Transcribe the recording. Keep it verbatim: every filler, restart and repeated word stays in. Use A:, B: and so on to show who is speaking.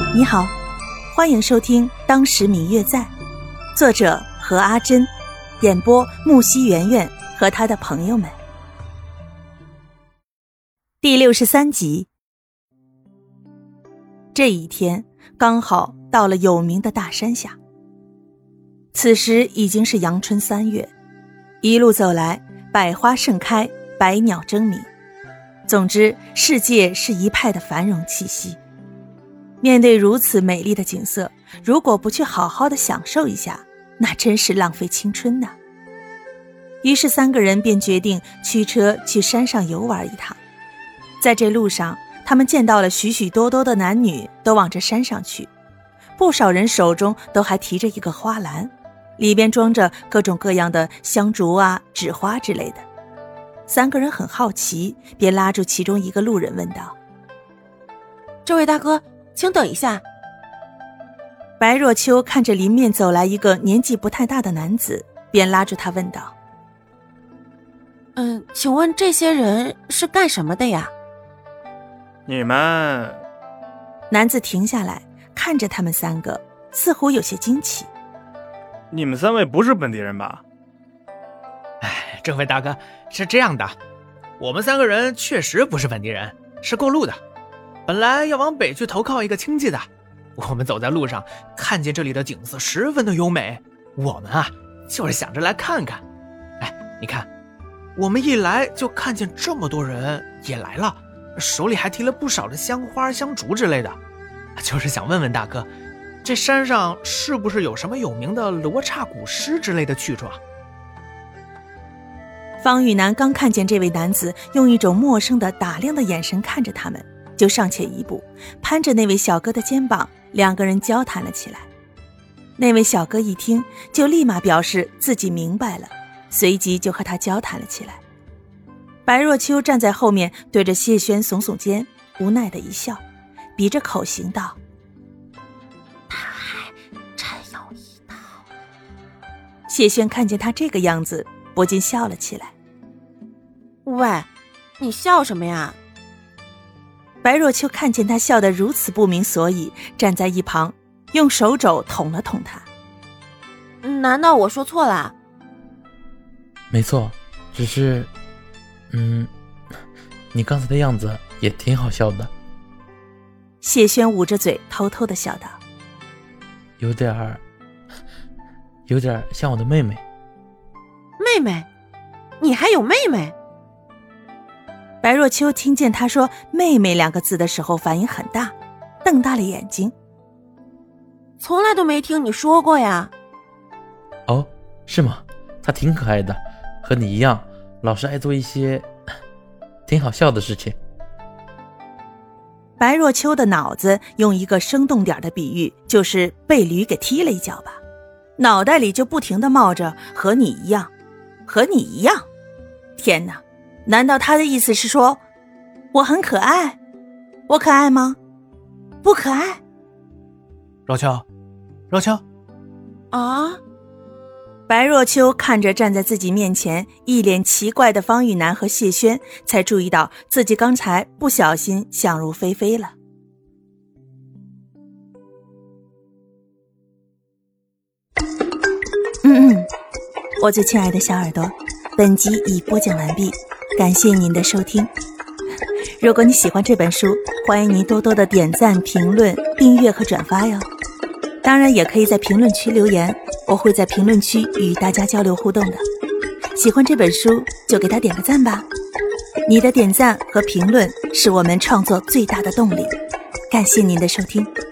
A: 你好，欢迎收听《当时明月在》，作者何阿珍，演播木西圆圆和他的朋友们。第六十三集。这一天刚好到了有名的大山下，此时已经是阳春三月，一路走来，百花盛开，百鸟争鸣，总之世界是一派的繁荣气息。面对如此美丽的景色，如果不去好好的享受一下，那真是浪费青春呐。于是三个人便决定驱车去山上游玩一趟。在这路上，他们见到了许许多多的男女都往这山上去，不少人手中都还提着一个花篮，里边装着各种各样的香烛啊、纸花之类的。三个人很好奇，便拉住其中一个路人问道：
B: 这位大哥，请等一下。
A: 白若秋看着迎面走来一个年纪不太大的男子，便拉住他问道：
B: 嗯，请问这些人是干什么的呀？
C: 你们……
A: 男子停下来看着他们三个，似乎有些惊奇。
C: 你们三位不是本地人吧？
D: 哎，这位大哥，是这样的，我们三个人确实不是本地人，是过路的，本来要往北去投靠一个亲戚的。我们走在路上，看见这里的景色十分的优美，我们啊，就是想着来看看。哎，你看，我们一来就看见这么多人也来了，手里还提了不少的香花、香烛之类的，就是想问问大哥，这山上是不是有什么有名的罗刹古尸之类的去处啊？
A: 方玉楠刚看见这位男子用一种陌生的打量的眼神看着他们，就上前一步，攀着那位小哥的肩膀，两个人交谈了起来。那位小哥一听，就立马表示自己明白了，随即就和他交谈了起来。白若秋站在后面，对着谢轩耸耸肩，无奈的一笑，比着口型道：
B: 他还真有一套。
A: 谢轩看见他这个样子，不禁笑了起来。
B: 喂，你笑什么呀？
A: 白若秋看见他笑得如此不明所以，站在一旁用手肘捅了捅他。
B: 难道我说错了？
E: 没错，只是嗯，你刚才的样子也挺好笑的。
A: 谢轩捂着嘴偷偷地笑道：
E: 有点儿有点儿像我的妹妹。
B: 妹妹？你还有妹妹？
A: 白若秋听见他说妹妹两个字的时候反应很大，瞪大了眼睛。
B: 从来都没听你说过呀。
E: 哦，是吗？她挺可爱的，和你一样，老是爱做一些挺好笑的事情。
A: 白若秋的脑子用一个生动点的比喻，就是被驴给踢了一脚吧，脑袋里就不停地冒着和你一样，和你一样。天哪，难道他的意思是说我很可爱？我可爱吗？不可爱。
D: 若秋，若秋
B: 啊！
A: 白若秋看着站在自己面前一脸奇怪的方玉楠和谢轩，才注意到自己刚才不小心想入非非了。嗯嗯，我最亲爱的小耳朵，本集已播讲完毕，感谢您的收听。如果你喜欢这本书，欢迎您多多的点赞、评论、订阅和转发哟。当然也可以在评论区留言，我会在评论区与大家交流互动的。喜欢这本书就给它点个赞吧，你的点赞和评论是我们创作最大的动力。感谢您的收听。